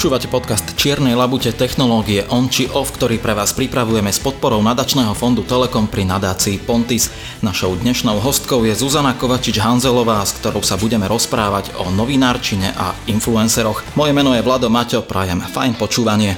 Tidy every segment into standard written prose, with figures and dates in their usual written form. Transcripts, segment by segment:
Počúvate podcast Čiernej labute technológie on či off, ktorý pre vás pripravujeme s podporou nadačného fondu Telekom pri nadácii Pontis. Našou dnešnou hostkou je Zuzana Kovačič-Hanzelová, s ktorou sa budeme rozprávať o novinárčine a influenceroch. Moje meno je Vlado Maťo, prajem fajn počúvanie.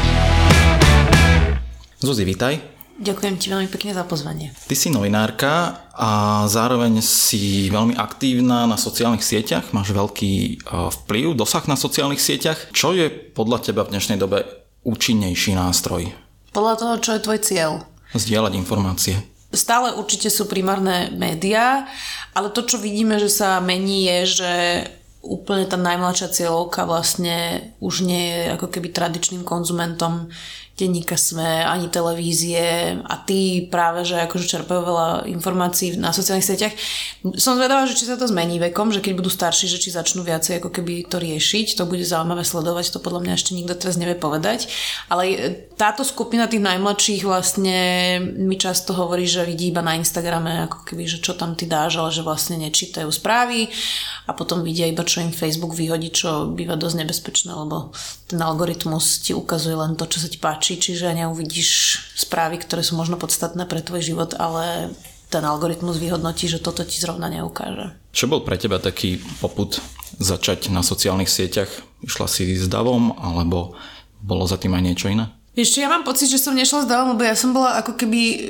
Zuzi, vítaj. Ďakujem ti veľmi pekne za pozvanie. Ty si novinárka a zároveň si veľmi aktívna na sociálnych sieťach, máš veľký vplyv, dosah na sociálnych sieťach. Čo je podľa teba v dnešnej dobe účinnejší nástroj? Podľa toho, čo je tvoj cieľ. Zdieľať informácie. Stále určite sú primárne médiá, ale to, čo vidíme, že sa mení, je, že úplne tá najmladšia cieľovka vlastne už nie je ako keby tradičným konzumentom denníka SME, ani televízie a tí práve, že akože čerpajú veľa informácií na sociálnych sieťach. Som zvedavá, že či sa to zmení vekom, že keď budú starší, že či začnú viacej ako keby to riešiť. To bude zaujímavé sledovať, to podľa mňa ešte nikto teraz nevie povedať. Ale táto skupina tých najmladších vlastne mi často hovorí, že vidí iba na Instagrame, ako keby, že čo tam ty dáš, ale že vlastne nečítajú správy a potom vidia iba, čo im Facebook vyhodí, čo býva dosť nebezpečné, lebo ten algoritmus ti ukazuje len to, čo sa ti páči, čiže neuvidíš správy, ktoré sú možno podstatné pre tvoj život, ale ten algoritmus vyhodnotí, že toto ti zrovna neukáže. Čo bol pre teba taký popud začať na sociálnych sieťach? Išla si s davom, alebo bolo za tým aj niečo iné? Ešte ja mám pocit, že som nešla s davom, lebo ja som bola ako keby...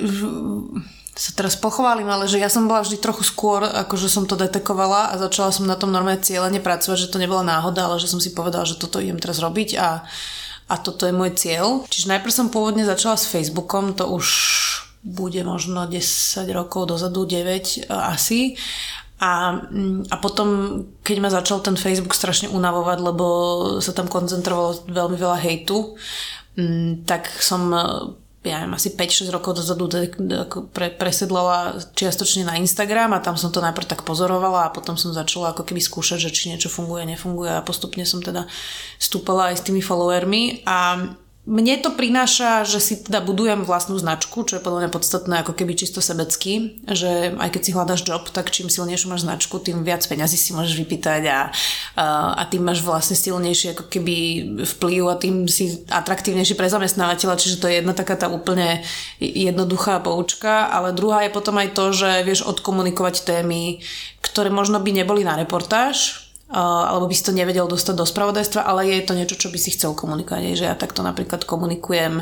sa teraz pochválim, ale že ja som bola vždy trochu skôr, akože som to detekovala a začala som na tom normálne cieľene pracovať, že to nebola náhoda, ale že som si povedala, že toto idem teraz robiť a toto je môj cieľ. Čiže najprv som pôvodne začala s Facebookom, to už bude možno 10 rokov dozadu, 9 asi. A potom, keď ma začal ten Facebook strašne unavovať, lebo sa tam koncentrovalo veľmi veľa hejtu, tak som... ja neviem, asi 5-6 rokov dozadu presedlala čiastočne na Instagram a tam som to najprv tak pozorovala a potom som začala ako keby skúšať, že či niečo funguje, nefunguje a postupne som teda stúpala aj s tými followermi a mne to prináša, že si teda budujem vlastnú značku, čo je podľa mňa podstatné ako keby čisto sebecky, že aj keď si hľadaš job, tak čím silnejšiu máš značku, tým viac peňazí si môžeš vypýtať a tým máš vlastne silnejší ako keby vplyv a tým si atraktívnejší pre zamestnávateľa, čiže to je jedna taká tá úplne jednoduchá poučka, ale druhá je potom aj to, že vieš odkomunikovať témy, ktoré možno by neboli na reportáž, alebo by si to nevedel dostať do spravodajstva, ale je to niečo, čo by si chcel komunikovať. Že ja takto napríklad komunikujem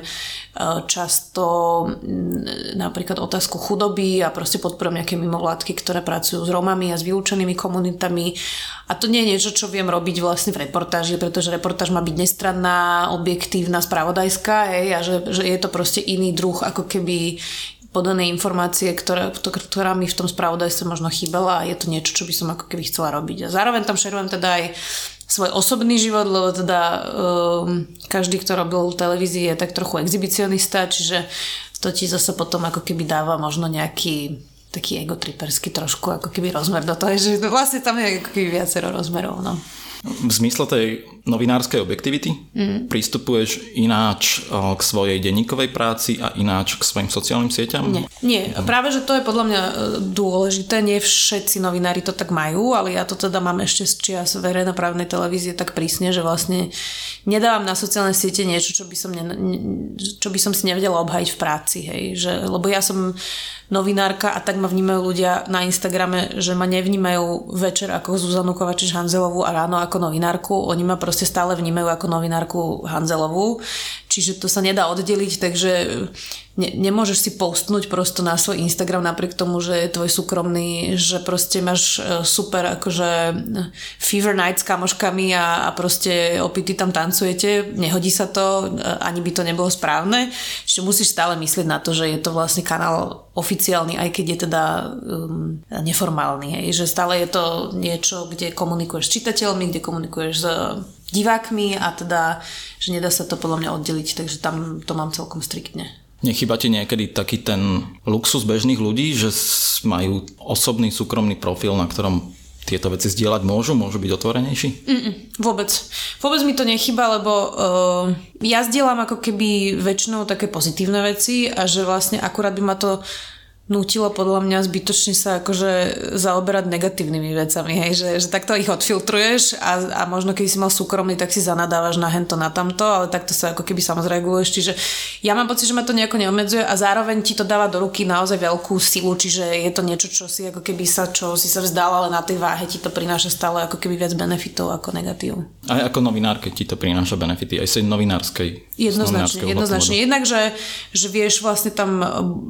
často napríklad otázku chudoby a proste podporujem nejaké mimovládky, ktoré pracujú s Rómami a s vylúčenými komunitami. A to nie je niečo, čo viem robiť vlastne v reportáži, pretože reportáž má byť nestranná, objektívna, spravodajská, a že je to proste iný druh ako keby podané informácie, ktorá mi v tom spravodajstve možno chýbala a je to niečo, čo by som ako keby chcela robiť. A zároveň tam šerujem teda aj svoj osobný život, lebo teda každý, kto robil v televízii, je tak trochu exhibicionista, čiže to ti zase potom ako keby dáva možno nejaký taký egotriperský trošku ako keby rozmer do toho, že vlastne tam je ako keby viacero rozmerov, no. V zmysle tej novinárskej objektivity pristupuješ ináč k svojej denníkovej práci a ináč k svojim sociálnym sieťam? Nie. Práve, že to je podľa mňa dôležité. Nie všetci novinári to tak majú, ale ja to teda mám ešte z čias verejnoprávnej televízie tak prísne, že vlastne nedávam na sociálne siete niečo, čo by som si nevedela obhajiť v práci. Hej. Lebo ja som novinárka a tak ma vnímajú ľudia na Instagrame, že ma nevnímajú večer ako Zuzanu Kovačič-Hanzelovú a ráno ako novinárku. Oni ma proste stále vnímajú ako novinárku Hanzelovú. Čiže to sa nedá oddeliť, takže nemôžeš si postnúť prosto na svoj Instagram napriek tomu, že je tvoj súkromný, že proste máš super akože fever night s kamoškami a proste opity tam tancujete. Nehodí sa to, ani by to nebolo správne. Čiže musíš stále myslieť na to, že je to vlastne kanál oficiálny, aj keď je teda neformálny. Hej. Že stále je to niečo, kde komunikuješ s čitateľmi, kde komunikuješ s divákmi a teda, že nedá sa to podľa mňa oddeliť, takže tam to mám celkom striktne. Nechýba ti niekedy taký ten luxus bežných ľudí, že majú osobný súkromný profil, na ktorom tieto veci zdieľať môžu byť otvorenejší? Vôbec mi to nechýba, lebo ja zdieľam ako keby väčšinou také pozitívne veci a že vlastne akurát by ma to nútilo podľa mňa zbytočne sa akože zaoberať negatívnymi vecami, hej, že takto ich odfiltruješ a možno keby si mal súkromný, tak si zanadávaš na hento, na tamto, ale takto sa ako keby samozreguluješ, čiže ja mám pocit, že ma to nejako neobmedzuje a zároveň ti to dáva do ruky naozaj veľkú silu, čiže je to niečo, čo si ako keby čo si sa vzdal, ale na tej váhe ti to prináša stále ako keby viac benefitov ako negatív. Aj ako novinárke ti to prináša benefity, aj z novinárskej. Jednoznačne. Jednak, že vieš vlastne tam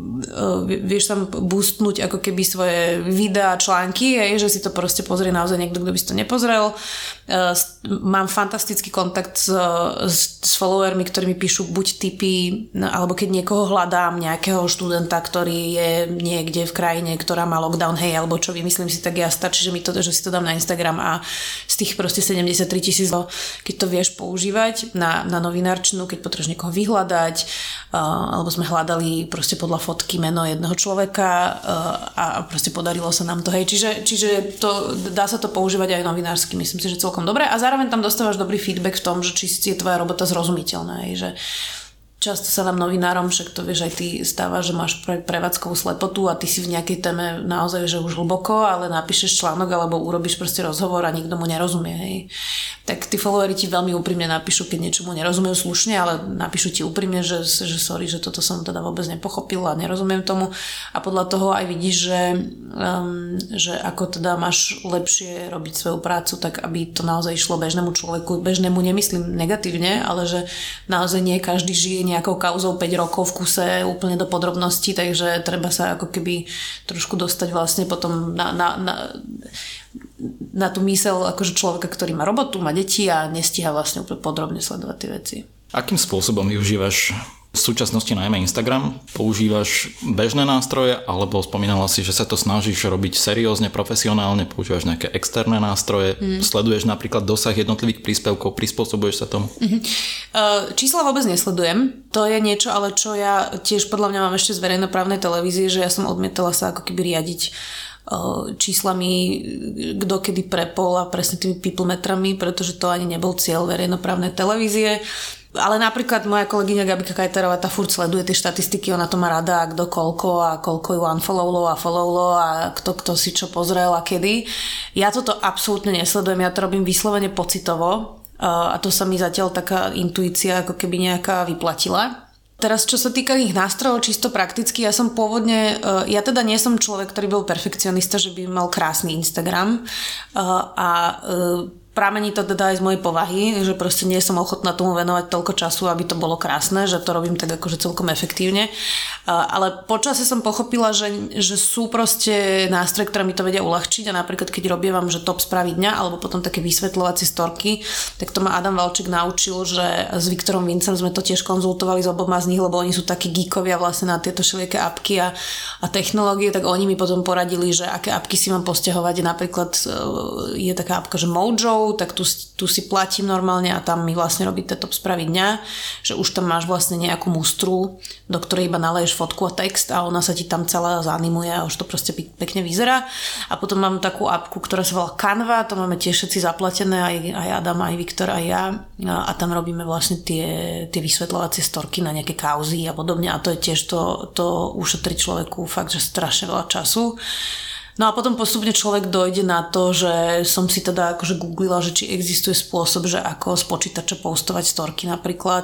boostnúť ako keby svoje videá, články, že si to proste pozrie naozaj niekto, kto by si to nepozrel. Mám fantastický kontakt s followermi, ktorí mi píšu buď tipy, alebo keď niekoho hľadám, nejakého študenta, ktorý je niekde v krajine, ktorá má lockdown, hej, alebo čo vymyslím si, tak ja stačí, že si to dám na Instagram a z tých proste 73 000, keď to vieš používať na novinárčinu, keď potrebuješ niekoho vyhľadať, alebo sme hľadali proste podľa fotky meno jedného človeka a proste podarilo sa nám to, hej. Čiže to, dá sa to používať aj novinársky, myslím si, že celkom dobre a zároveň tam dostávaš dobrý feedback v tom, že či je tvoja robota zrozumiteľná, hej, že často sa nám novinárom, však to vieš aj ty stáva, že máš prevádzkovú slepotu a ty si v nejakej téme naozaj, že už hlboko, ale napíšeš článok alebo urobíš proste rozhovor a nikto mu nerozumie, hej. Tak tí followeri ti veľmi úprimne napíšu, keď niečomu nerozumejú slušne, ale napíšu ti úprimne, že sorry, že toto som teda vôbec nepochopila a nerozumiem tomu a podľa toho aj vidíš, že ako teda máš lepšie robiť svoju prácu, tak aby to naozaj išlo bežnému človeku, bežnému nemyslím negatívne, ale že naozaj nie každý žije nejakou kauzou 5 rokov v kuse úplne do podrobností, takže treba sa ako keby trošku dostať vlastne potom na tú myseľ akože človeka, ktorý má robotu, má deti a nestíha vlastne úplne podrobne sledovať tie veci. Akým spôsobom využívaš v súčasnosti najmä Instagram? Používaš bežné nástroje alebo spomínala si, že sa to snažíš robiť seriózne, profesionálne, používaš nejaké externé nástroje, sleduješ napríklad dosah jednotlivých príspevkov, prispôsobuješ sa tomu? Čísla vôbec nesledujem. To je niečo, ale čo ja tiež podľa mňa mám ešte z verejnoprávnej televízie, že ja som odmietala sa ako keby riadiť číslami, kto kedy prepol a presne tými people metrami, pretože to ani nebol cieľ verejnoprávnej televízie. Ale napríklad moja kolegyňa Gabika Kajterová, tá furt sleduje tie štatistiky, ona to má rada, kto koľko a koľko ju unfollowlo a followlo a kto si čo pozrel a kedy. Ja toto absolútne nesledujem, ja to robím vyslovene pocitovo a to sa mi zatiaľ taká intuícia ako keby nejaká vyplatila. Teraz, čo sa týka ich nástrojov, čisto prakticky, ja som pôvodne, ja teda nie som človek, ktorý bol perfekcionista, že by mal krásny Instagram pramení to teda aj z mojej povahy, že proste nie som ochotná tomu venovať toľko času, aby to bolo krásne, že to robím tak akože celkom efektívne. Ale počasie som pochopila, že sú proste nástroje, ktoré mi to vedia uľahčiť a napríklad keď robievam, že top správy dňa alebo potom také vysvetľovacie storky, tak to ma Adam Valčík naučil, že s Viktorom Vincem sme to tiež konzultovali s oboma z nich, lebo oni sú takí geekovia vlastne na tieto všelijaké apky a technológie, tak oni mi potom poradili, že aké apky si mám posťahovať. Napríklad je taká apka, že Mojo, tak tu si platím normálne a tam mi vlastne robí tie top správy dňa, že už tam máš vlastne nejakú mustru, do ktorej iba naleješ fotku a text a ona sa ti tam celá zanimuje a už to proste pekne vyzerá. A potom mám takú apku, ktorá sa volá Canva, to máme tiež všetci zaplatené, aj Adam, aj Viktor, aj ja a tam robíme vlastne tie vysvetľovacie storky na nejaké kauzy a podobne a to je tiež to ušetrí človeku fakt, že strašne veľa času. No a potom postupne človek dojde na to, že som si teda akože googlila, že či existuje spôsob, že ako z počítača postovať storky napríklad.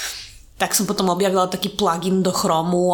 Tak som potom objavila taký plugin do Chromu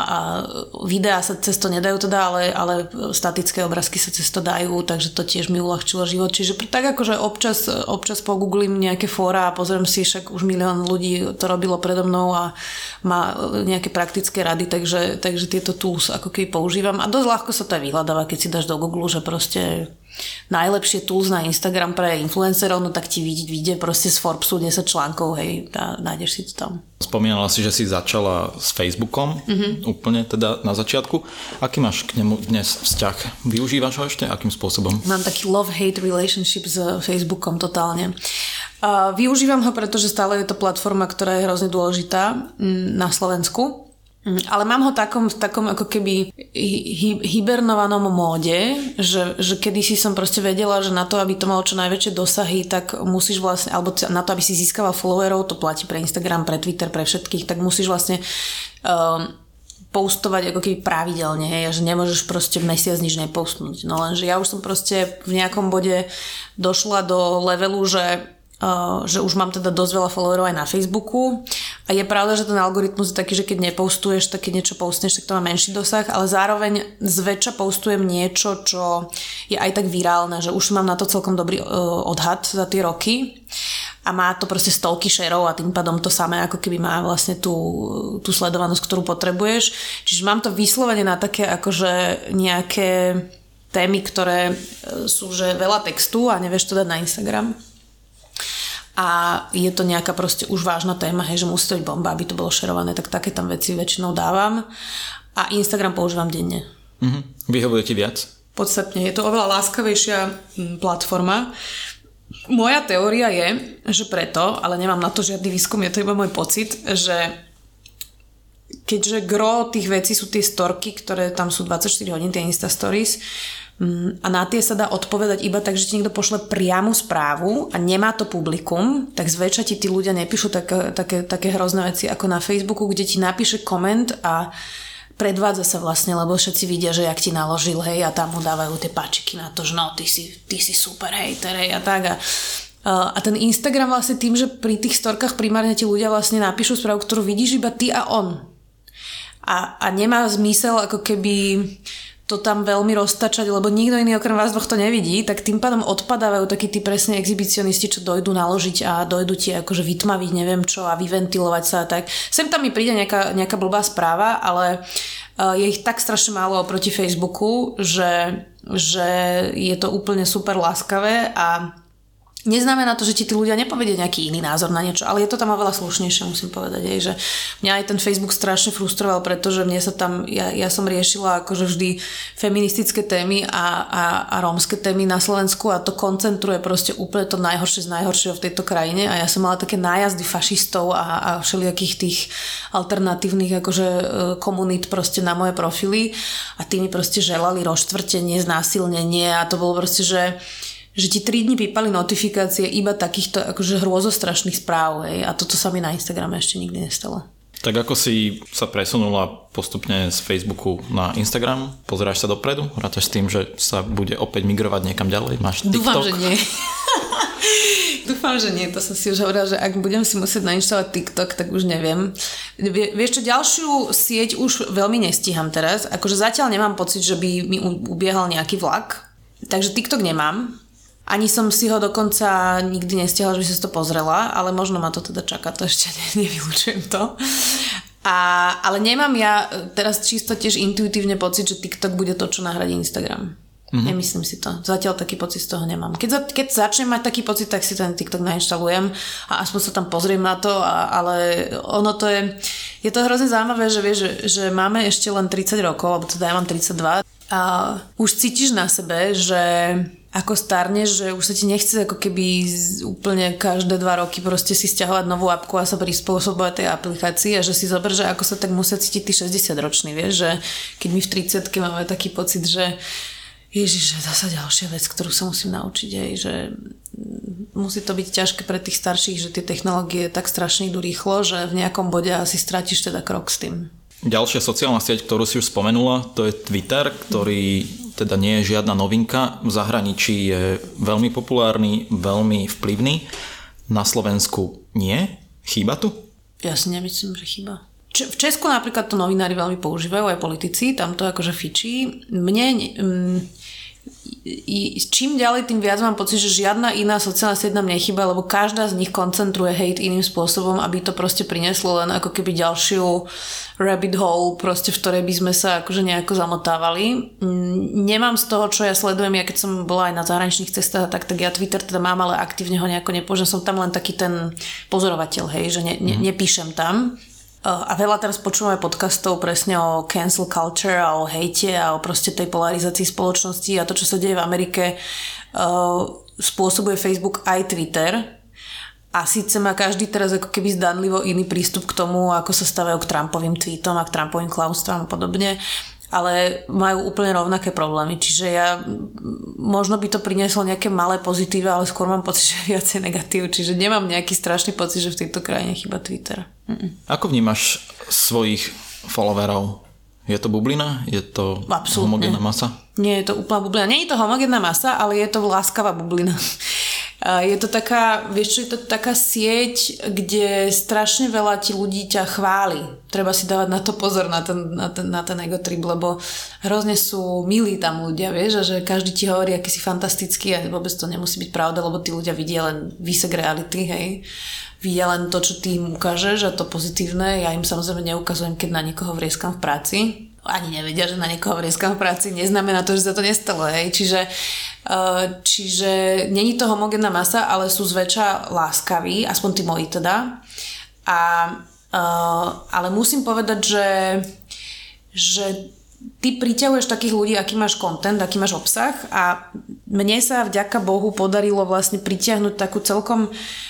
a videá sa cez to nedajú teda, ale statické obrázky sa cez to dajú, takže to tiež mi uľahčilo život. Čiže tak akože občas pogooglím nejaké fóra a pozriem si, však už milión ľudí to robilo predo mnou a má nejaké praktické rady, takže tieto tools ako keby používam a dosť ľahko sa to aj vyhľadáva, keď si dáš do Google, že proste najlepšie tools na Instagram pre influencerov, no tak ti vyjde proste z Forbesu 10 článkov, hej, a nájdeš si to tam. Spomínala si, že si začala s Facebookom, úplne teda na začiatku. Aký máš k nemu dnes vzťah? Využívaš ho ešte? Akým spôsobom? Mám taký love-hate relationship s Facebookom totálne. Využívam ho, pretože stále je to platforma, ktorá je hrozne dôležitá na Slovensku. Ale mám ho v takom ako keby hibernovanom móde, že kedysi som proste vedela, že na to, aby to malo čo najväčšie dosahy, tak musíš vlastne, alebo na to, aby si získaval followerov, to platí pre Instagram, pre Twitter, pre všetkých, tak musíš vlastne postovať ako keby pravidelne, hej, a že nemôžeš proste mesiac nič nepostnúť. No lenže ja už som proste v nejakom bode došla do levelu, že už mám teda dosť veľa followerov aj na Facebooku a je pravda, že ten algoritmus je taký, že keď nepostuješ, tak keď niečo postneš, tak to má menší dosah, ale zároveň zväčša postujem niečo, čo je aj tak virálne, že už mám na to celkom dobrý odhad za tie roky a má to proste stovky šerov a tým pádom to samé ako keby má vlastne tú sledovanosť, ktorú potrebuješ. Čiže mám to vyslovene na také akože nejaké témy, ktoré sú že veľa textu a nevieš to dať na Instagram. A je to nejaká proste už vážna téma, hej, že musí to byť bomba, aby to bolo šerované, tak také tam veci väčšinou dávam. A Instagram používam denne. Vyhovuje ti viac? Podstatne. Je to oveľa láskavejšia platforma. Moja teória je, že preto, ale nemám na to žiadny výskum, je to iba môj pocit, že keďže gro tých vecí sú tie storky, ktoré tam sú 24 hodín, tie Insta Stories, a na tie sa dá odpovedať iba tak, že ti niekto pošle priamu správu a nemá to publikum, tak zväčša ti tí ľudia nepíšu také hrozné veci ako na Facebooku, kde ti napíše koment a predvádza sa vlastne, lebo všetci vidia, že jak ti naložil, hej, a tam mu dávajú tie páčiky na to, že no, ty si super hejter, hej, a tak. A ten Instagram vlastne tým, že pri tých storkách primárne ti ľudia vlastne napíšu správu, ktorú vidíš iba ty a on. A nemá zmysel ako keby to tam veľmi roztačať, lebo nikto iný okrem vás dvoch to nevidí, tak tým pádom odpadávajú takí tí presne exhibicionisti, čo dojdú naložiť a dojdú ti akože vytmaviť neviem čo a vyventilovať sa a tak. Sem tam mi príde nejaká blbá správa, ale je ich tak strašne málo oproti Facebooku, že je to úplne super láskavé a neznamená to, že ti tí ľudia nepovedia nejaký iný názor na niečo, ale je to tam oveľa slušnejšie, musím povedať, že mňa aj ten Facebook strašne frustroval, pretože mne sa tam, ja som riešila akože vždy feministické témy a rómske témy na Slovensku a to koncentruje proste úplne to najhoršie z najhoršieho v tejto krajine a ja som mala také nájazdy fašistov a všelijakých tých alternatívnych akože komunít proste na moje profily a tí mi proste želali rozštvrtenie, znásilnenie a to bolo proste, že ti 3 dni pípali notifikácie iba takýchto akože hrôzostrašných správ, hej, a toto sa mi na Instagrame ešte nikdy nestalo. Tak ako si sa presunula postupne z Facebooku na Instagram, pozeráš sa dopredu? Rátaš s tým, že sa bude opäť migrovať niekam ďalej? Máš TikTok? Dúfam, že nie. Dúfam, že nie. To som si už hovorila, že ak budem si musieť nainštalovať TikTok, tak už neviem. Vieš čo, ďalšiu sieť už veľmi nestíham teraz. Akože zatiaľ nemám pocit, že by mi ubiehal nejaký vlak. Takže TikTok nemám. Ani som si ho dokonca nikdy nestiahla, že by som si to pozrela, ale možno ma to teda čaká, to ešte nevylučujem to. Ale nemám ja teraz čisto tiež intuitívne pocit, že TikTok bude to, čo nahradí Instagram. Nemyslím si to. Zatiaľ taký pocit z toho nemám. Keď začnem mať taký pocit, tak si ten TikTok nainštalujem a aspoň sa tam pozriem na to, ale ono to je to hrozne zaujímavé, že vieš, že máme ešte len 30 rokov, alebo teda ja mám 32 a už cítiš na sebe, že ako starneš, že už sa ti nechce ako keby úplne každé 2 roky proste si stiahovať novú apku a sa prispôsobovať tej aplikácii a že si zober, že ako sa tak musia cítiť tí 60-roční, vieš, že keď my v 30-ke máme taký pocit, že Ježiš, že zasa ďalšia vec, ktorú sa musím naučiť, že musí to byť ťažké pre tých starších, že tie technológie tak strašne idú rýchlo, že v nejakom bode asi stratíš teda krok s tým. Ďalšia sociálna sieť, ktorú si už spomenula, to je Twitter, ktorý teda nie je žiadna novinka. V zahraničí je veľmi populárny, veľmi vplyvný. Na Slovensku nie? Chýba tu? Ja si nemyslím, že chýba. V Česku napríklad to novinári veľmi používajú, aj politici, tam to akože fičí. Čím ďalej, tým viac mám pocit, že žiadna iná sociálna sieť nám nechýba, lebo každá z nich koncentruje hate iným spôsobom, aby to proste prinieslo len ako keby ďalšiu rabbit hole, proste v ktorej by sme sa akože nejako zamotávali. Nemám z toho, čo ja sledujem, ja keď som bola aj na zahraničných cestách, tak ja Twitter teda mám, ale aktívne ho nejako nepoužívam. Som tam len taký ten pozorovateľ, hej, že nepíšem tam. A veľa teraz počúvame podcastov presne o cancel culture a o hejte a o proste tej polarizácii spoločnosti a to, čo sa deje v Amerike, spôsobuje Facebook aj Twitter. A síce má každý teraz ako keby zdanlivo iný prístup k tomu, ako sa stavajú k Trumpovým tweetom a k Trumpovým klaustvám a podobne, ale majú úplne rovnaké problémy. Čiže možno by to prinieslo nejaké malé pozitíva, ale skôr mám pocit, že viacej negatív. Čiže nemám nejaký strašný pocit, že v tejto krajine chýba Twitter. Ako vnímaš svojich followerov? Je to bublina? Je to absolútne homogénna masa? Nie je to úplná bublina. Nie je to homogénna masa, ale je to láskavá bublina. Je to taká, vieš čo, je to taká sieť, kde strašne veľa ti ľudí ťa chváli. Treba si dávať na to pozor, na ten egotrip, lebo hrozne sú milí tam ľudia, vieš, a že každý ti hovorí, aký si fantastický a vôbec to nemusí byť pravda, lebo tí ľudia vidia len výsek reality, hej. Vidia len to, čo ty im ukážeš a to pozitívne. Ja im samozrejme neukazujem, keď na niekoho vrieskam v práci. Ani nevedia, že na niekoho vrieskam v práci. Neznamená to, že sa to nestalo. Hej. Čiže není to homogénna masa, ale sú zväčša láskaví, aspoň tí moji teda. Ale musím povedať, že ty priťahuješ takých ľudí, aký máš content, aký máš obsah a mne sa vďaka Bohu podarilo vlastne pritiahnuť takú celkom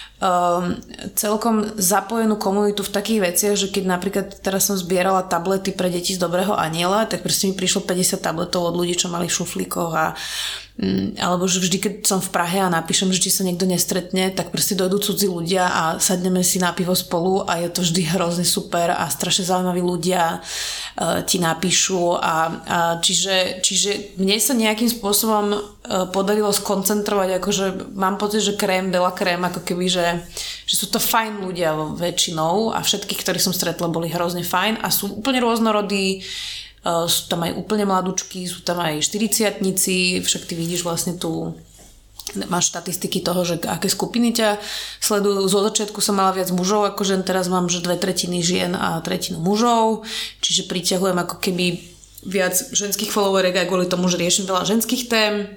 zapojenú komunitu v takých veciach, že keď napríklad teraz som zbierala tablety pre deti z Dobrého aniela, tak proste mi prišlo 50 tabletov od ľudí, čo mali v šuflíkoch alebo že vždy, keď som v Prahe a napíšem, že či sa niekto nestretne, tak proste dojdú cudzí ľudia a sadneme si na pivo spolu a je to vždy hrozne super a strašne zaujímaví ľudia ti napíšu čiže mne sa nejakým spôsobom podarilo skoncentrovať, akože mám pocit, že Bela Krém, ako keby, že sú to fajn ľudia väčšinou a všetkých, ktorých som stretla, boli hrozne fajn a sú úplne rôznorodí. Sú tam aj úplne mladúčky, sú tam aj 40-tnici, však ty vidíš vlastne tu, máš štatistiky toho, že aké skupiny ťa sledujú. Zo začiatku som mala viac mužov ako žen, teraz mám, že 2/3 žien a 1/3 mužov, čiže priťahujem ako keby viac ženských followerek aj kvôli tomu, že riešim veľa ženských tém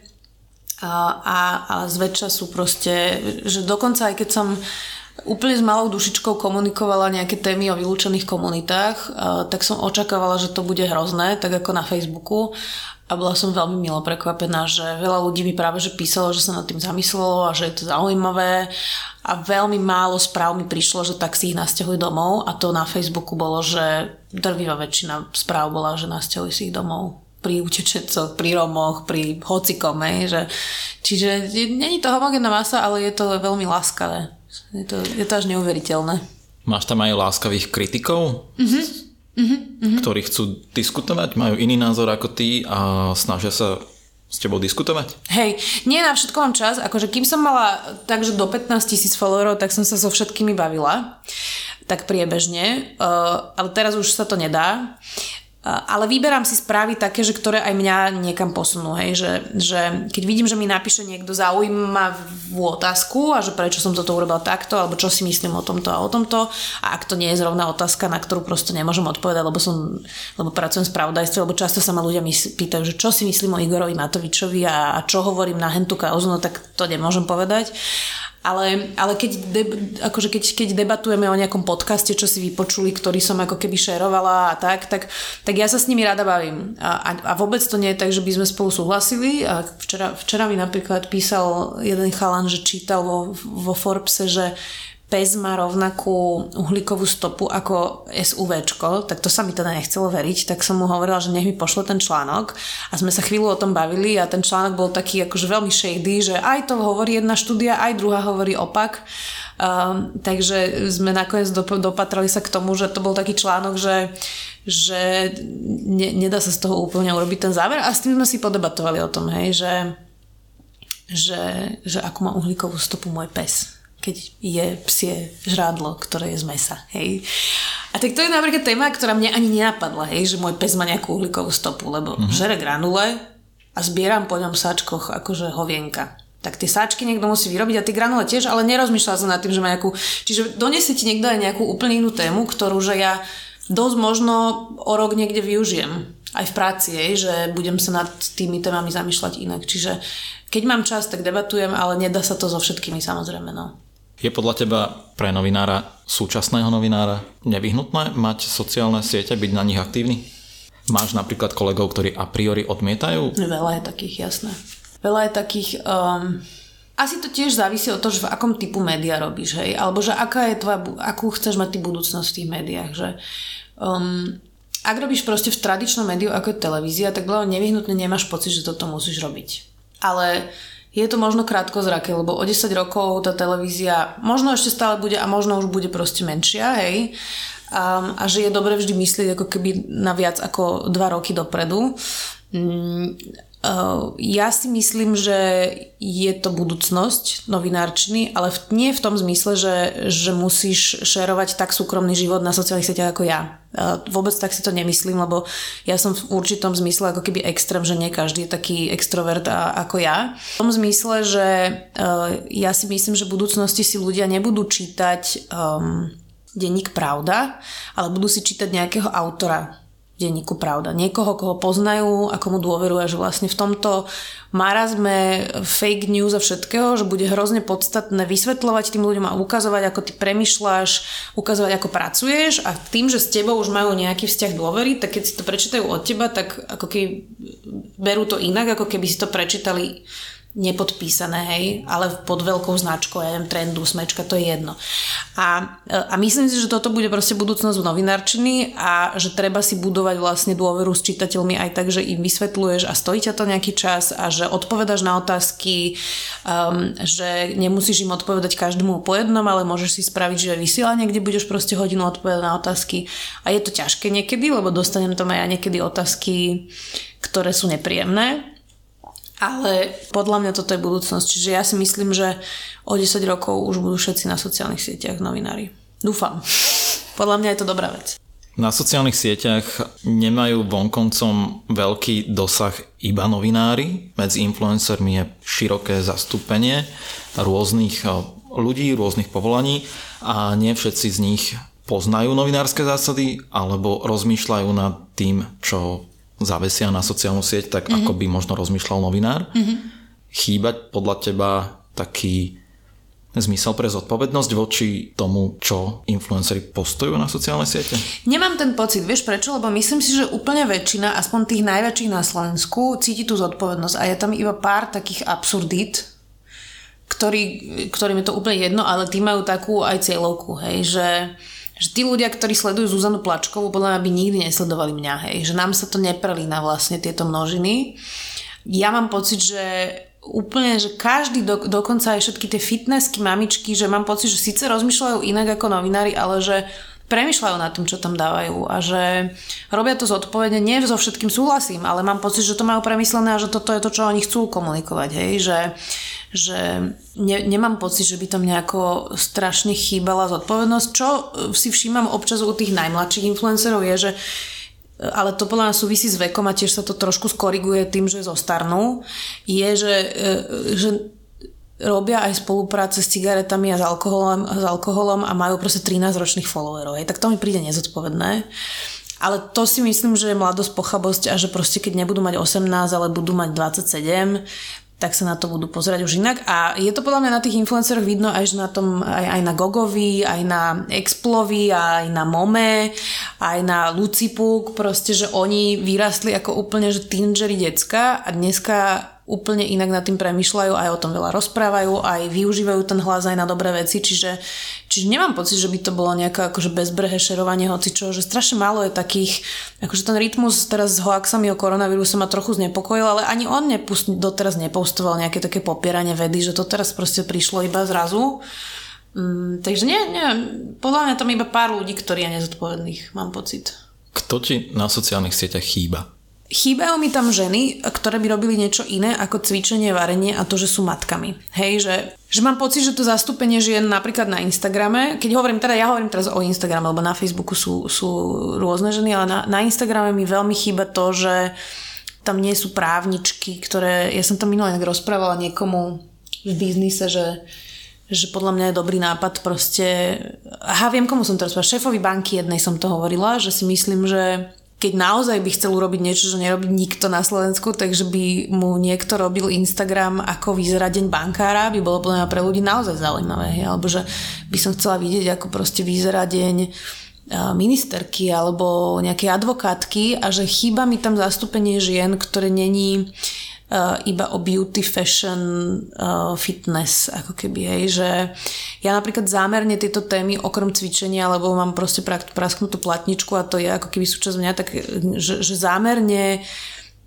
a zväčša sú proste, že dokonca aj keď som úplne s malou dušičkou komunikovala nejaké témy o vylúčených komunitách, tak som očakávala, že to bude hrozné, tak ako na Facebooku a bola som veľmi milo prekvapená, že veľa ľudí mi práve že písalo, že sa nad tým zamyslelo a že je to zaujímavé a veľmi málo správ mi prišlo, že tak si ich nasťahuj domov a to na Facebooku bolo, že drvivá väčšina správ bola, že nasťahuj si ich domov pri utečencoch, pri Romoch, pri hocikom, čiže nie je to homogénna masa, ale je to veľmi láskavé. Je to až neuveriteľné. Máš tam aj láskavých kritikov, ktorí chcú diskutovať, majú iný názor ako ty a snažia sa s tebou diskutovať? Hej, nie na všetko mám čas, akože kým som mala takže do 15 000 followerov, tak som sa so všetkými bavila, tak priebežne, ale teraz už sa to nedá. Ale vyberám si správy také, že ktoré aj mňa niekam posunú, hej, že keď vidím, že mi napíše niekto zaujímavú otázku a že prečo som toto urobila takto, alebo čo si myslím o tomto a o tomto a ak to nie je zrovna otázka, na ktorú proste nemôžem odpovedať, lebo pracujem v spravodajstve, lebo často sa ma ľudia pýtajú, že čo si myslím o Igorovi Matovičovi a čo hovorím na hentu kauzu, no tak to nemôžem povedať. Ale keď debatujeme o nejakom podcaste, čo si vypočuli, ktorý som ako keby šerovala a tak ja sa s nimi rada bavím. A vôbec to nie je tak, že by sme spolu súhlasili. A včera mi napríklad písal jeden chalan, že čítal vo Forbese, že pes má rovnakú uhlíkovú stopu ako SUVčko, tak to sa mi teda nechcelo veriť, tak som mu hovorila, že nech mi pošle ten článok a sme sa chvíľu o tom bavili a ten článok bol taký akože veľmi shady, že aj to hovorí jedna štúdia, aj druhá hovorí opak. Takže sme nakoniec dopatrali sa k tomu, že to bol taký článok, že nedá sa z toho úplne urobiť ten záver a s tým sme si podebatovali o tom, hej, že akú má uhlíkovú stopu môj pes, keď je psie žrádlo, ktoré je z mesa, hej. A tak to je napríklad téma, ktorá mne ani nenapadla, hej, že môj pes má nejakú uhlíkovú stopu, lebo žere granule a zbieram po ňom sáčkoch akože hovienka. Tak tie sáčky niekto musí vyrobiť a tie granule tiež, ale nerozmýšľala som nad tým, že má nejakú... Čiže donesie ti niekto aj nejakú úplne inú tému, ktorú, že ja dosť možno o rok niekde využijem. Aj v práci, že budem sa nad tými témami zamýšľať inak. Čiže keď mám čas, tak debatujem, ale nedá sa to so všetkými, samozrejme, no. Je podľa teba pre novinára, súčasného novinára, nevyhnutné mať sociálne siete, byť na nich aktívny? Máš napríklad kolegov, ktorí a priori odmietajú? Veľa je takých, jasné. Veľa je takých... asi to tiež závisí od toho, že v akom typu média robíš, hej? Alebo že akú chceš mať ty budúcnosť v tých médiách, že... ak robíš proste v tradičnom médiu, ako je televízia, tak nevyhnutne nemáš pocit, že toto musíš robiť. Ale... je to možno krátkozraké, lebo o 10 rokov tá televízia možno ešte stále bude a možno už bude proste menšia, hej. a že je dobre vždy myslieť ako keby na viac ako 2 roky dopredu. Ja si myslím, že je to budúcnosť novinárčiny, ale nie v tom zmysle, že musíš šerovať tak súkromný život na sociálnych sieťach ako ja. Vôbec tak si to nemyslím, lebo ja som v určitom zmysle ako keby extrém, že nie každý je taký extrovert ako ja. V tom zmysle, že ja si myslím, že v budúcnosti si ľudia nebudú čítať denník Pravda, ale budú si čítať nejakého autora denníku Pravda. Niekoho, koho poznajú a komu dôverujú, že vlastne v tomto marazme fake news a všetkého, že bude hrozne podstatné vysvetľovať tým ľuďom a ukazovať, ako ty premýšľaš, ukazovať, ako pracuješ a tým, že s tebou už majú nejaký vzťah dôvery, tak keď si to prečítajú od teba, tak ako keby berú to inak, ako keby si to prečítali nepodpísané, hej, ale pod veľkou značkou, ja neviem, Trendu, Smečka, to je jedno. A myslím si, že toto bude proste budúcnosť novinárčiny a že treba si budovať vlastne dôveru s čitateľmi aj tak, že im vysvetľuješ a stojí ťa to nejaký čas a že odpovedáš na otázky, že nemusíš im odpovedať každému po jednom, ale môžeš si spraviť, že vysielanie, kde budeš proste hodinu odpovedať na otázky a je to ťažké niekedy, lebo dostanem tam aj niekedy otázky, ktoré sú nepríjemné. Ale podľa mňa toto je budúcnosť. Čiže ja si myslím, že o 10 rokov už budú všetci na sociálnych sieťach novinári. Dúfam. Podľa mňa je to dobrá vec. Na sociálnych sieťach nemajú vonkoncom veľký dosah iba novinári. Medzi influencermi je široké zastúpenie rôznych ľudí, rôznych povolaní a nie všetci z nich poznajú novinárske zásady alebo rozmýšľajú nad tým, čo zavesia na sociálnu sieť, tak ako by možno rozmýšľal novinár. Chýba podľa teba taký zmysel pre zodpovednosť voči tomu, čo influenceri postujú na sociálne siete? Nemám ten pocit, vieš prečo? Lebo myslím si, že úplne väčšina, aspoň tých najväčších na Slovensku, cíti tú zodpovednosť a je tam iba pár takých absurdít, ktorým je to úplne jedno, ale tí majú takú aj cieľovku, hej, že tí ľudia, ktorí sledujú Zuzanu Plačkovú, podľa mňa by nikdy nesledovali mňa, hej, že nám sa to neprelína vlastne tieto množiny. Ja mám pocit, že úplne, že každý, dokonca aj všetky tie fitnessky, mamičky, že mám pocit, že síce rozmýšľajú inak ako novinári, ale že premýšľajú nad tým, čo tam dávajú a že robia to zodpovedne. Nie so všetkým súhlasím, ale mám pocit, že to majú premyslené a že toto je to, čo oni chcú komunikovať, hej, že nemám pocit, že by tam nejako strašne chýbala zodpovednosť. Čo si všímam občas u tých najmladších influencerov je, že ale to podľa mňa súvisí s vekom a tiež sa to trošku skoriguje tým, že zostarnú, je, že robia aj spolupráce s cigaretami a s alkoholom a majú proste 13-ročných followerov. Tak to mi príde nezodpovedné. Ale to si myslím, že je mladosť, pochabosť a že proste keď nebudú mať 18, ale budú mať 27, tak sa na to budú pozerať už inak. A je to podľa mňa na tých influenceroch vidno aj, že na tom, aj na Gogovi, aj na Explovi, aj na Mome, aj na Lucipuk, proste, že oni vyrastli ako úplne, že tínedžeri decka a dneska úplne inak nad tým premýšľajú, aj o tom veľa rozprávajú, aj využívajú ten hlas aj na dobré veci, čiže nemám pocit, že by to bolo nejaké akože bezbrehé šerovanie hocičo, že strašne málo je takých, akože ten rytmus teraz s hoaxami o koronavíruse ma trochu znepokojil, ale ani on doteraz nepostoval nejaké také popieranie vedy, že to teraz proste prišlo iba zrazu. Takže nie, podľa mňa tam iba pár ľudí, ktorí je nezodpovedných, mám pocit. Kto ti na sociálnych sieťach chýba? Chýbajú mi tam ženy, ktoré by robili niečo iné ako cvičenie, varenie a to, že sú matkami. Hej, že mám pocit, že to zastúpenie žien napríklad na Instagrame, ja hovorím teraz o Instagrame, lebo na Facebooku sú rôzne ženy, ale na Instagrame mi veľmi chýba to, že tam nie sú právničky, ja som tam minulé rozprávala niekomu v biznise, že podľa mňa je dobrý nápad proste, viem komu som to rozprávala, šéfovi banky jednej som to hovorila, že si myslím, že keď naozaj by chcel urobiť niečo, čo nerobí nikto na Slovensku, takže by mu niekto robil Instagram, ako vyzerá deň bankára, by bolo podľa mňa pre ľudí naozaj zaujímavé. Hej? Alebo že by som chcela vidieť, ako proste vyzerá deň ministerky alebo nejakej advokátky a že chýba mi tam zastúpenie žien, ktoré není iba o beauty, fashion, fitness, ako keby, hej, že ja napríklad zámerne tieto témy okrem cvičenia, lebo mám proste prasknutú platničku a to je ako keby súčasť mňa, tak že zámerne